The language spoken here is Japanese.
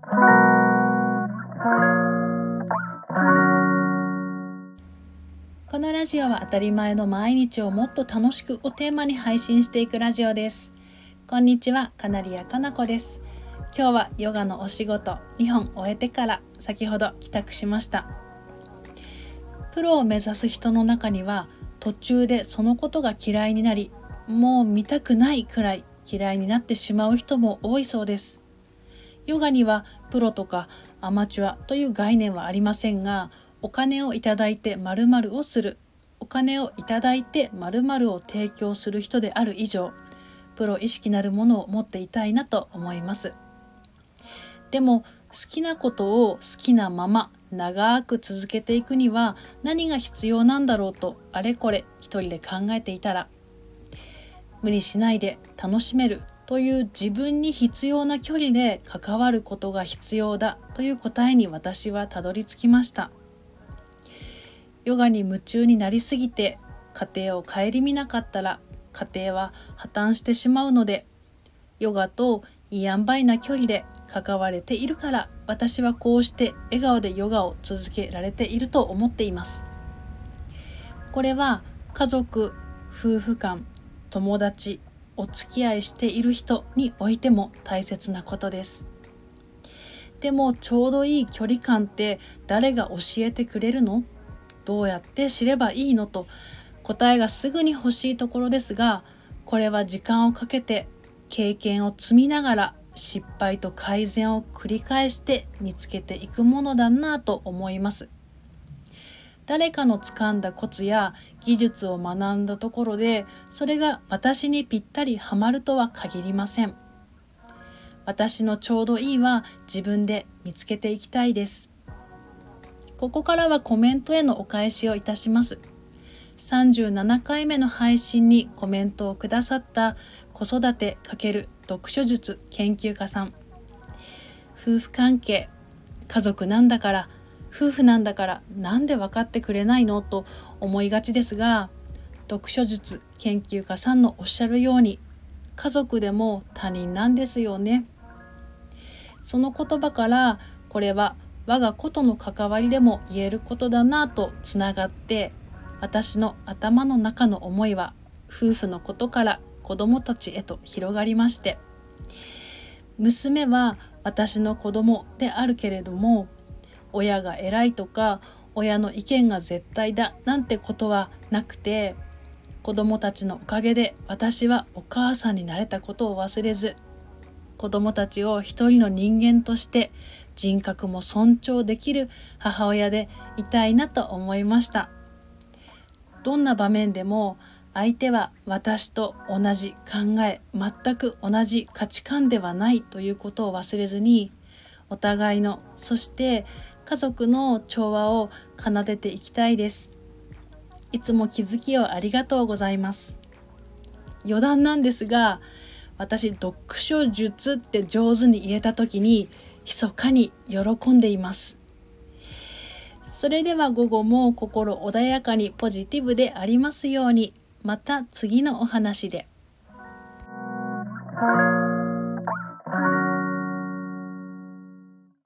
このラジオは当たり前の毎日をもっと楽しくをテーマに配信していくラジオです。こんにちは、カナリアかなこです。今日はヨガのお仕事2本終えてから先ほど帰宅しました。プロを目指す人の中には途中でそのことが嫌いになり、もう見たくないくらい嫌いになってしまう人も多いそうです。ヨガにはプロとかアマチュアという概念はありませんが、お金をいただいて〇〇をする、お金をいただいて〇〇を提供する人である以上、プロ意識なるものを持っていたいなと思います。でも好きなことを好きなまま長く続けていくには何が必要なんだろうとあれこれ一人で考えていたら、無理しないで楽しめるという自分に必要な距離で関わることが必要だという答えに私はたどり着きました。ヨガに夢中になりすぎて家庭を顧みなかったら家庭は破綻してしまうので、ヨガといい塩梅な距離で関われているから私はこうして笑顔でヨガを続けられていると思っています。これは家族、夫婦間、友達、お付き合いしている人においても大切なことです。でもちょうどいい距離感って誰が教えてくれるの？どうやって知ればいいのと答えがすぐに欲しいところですが、これは時間をかけて経験を積みながら失敗と改善を繰り返して見つけていくものだなと思います。誰かの掴んだコツや技術を学んだところでそれが私にぴったりハマるとは限りません。私のちょうどいいは自分で見つけていきたいです。ここからはコメントへのお返しをいたします。37回目の配信にコメントをくださった子育て×読書術研究家さん。夫婦関係、家族なんだから、夫婦なんだからなんで分かってくれないのと思いがちですが、読書術研究家さんのおっしゃるように家族でも他人なんですよね。その言葉からこれは我が子との関わりでも言えることだなとつながって、私の頭の中の思いは夫婦のことから子供たちへと広がりまして、娘は私の子供であるけれども、親が偉いとか親の意見が絶対だなんてことはなくて、子供たちのおかげで私はお母さんになれたことを忘れず、子供たちを一人の人間として人格も尊重できる母親でいたいなと思いました。どんな場面でも相手は私と同じ考え、全く同じ価値観ではないということを忘れずに、お互いの、そして家族の調和を奏でていきたいです。いつも気づきをありがとうございます。余談なんですが、私読書術って上手に言えた時に密かに喜んでいます。それでは午後も心穏やかにポジティブでありますように。また次のお話で。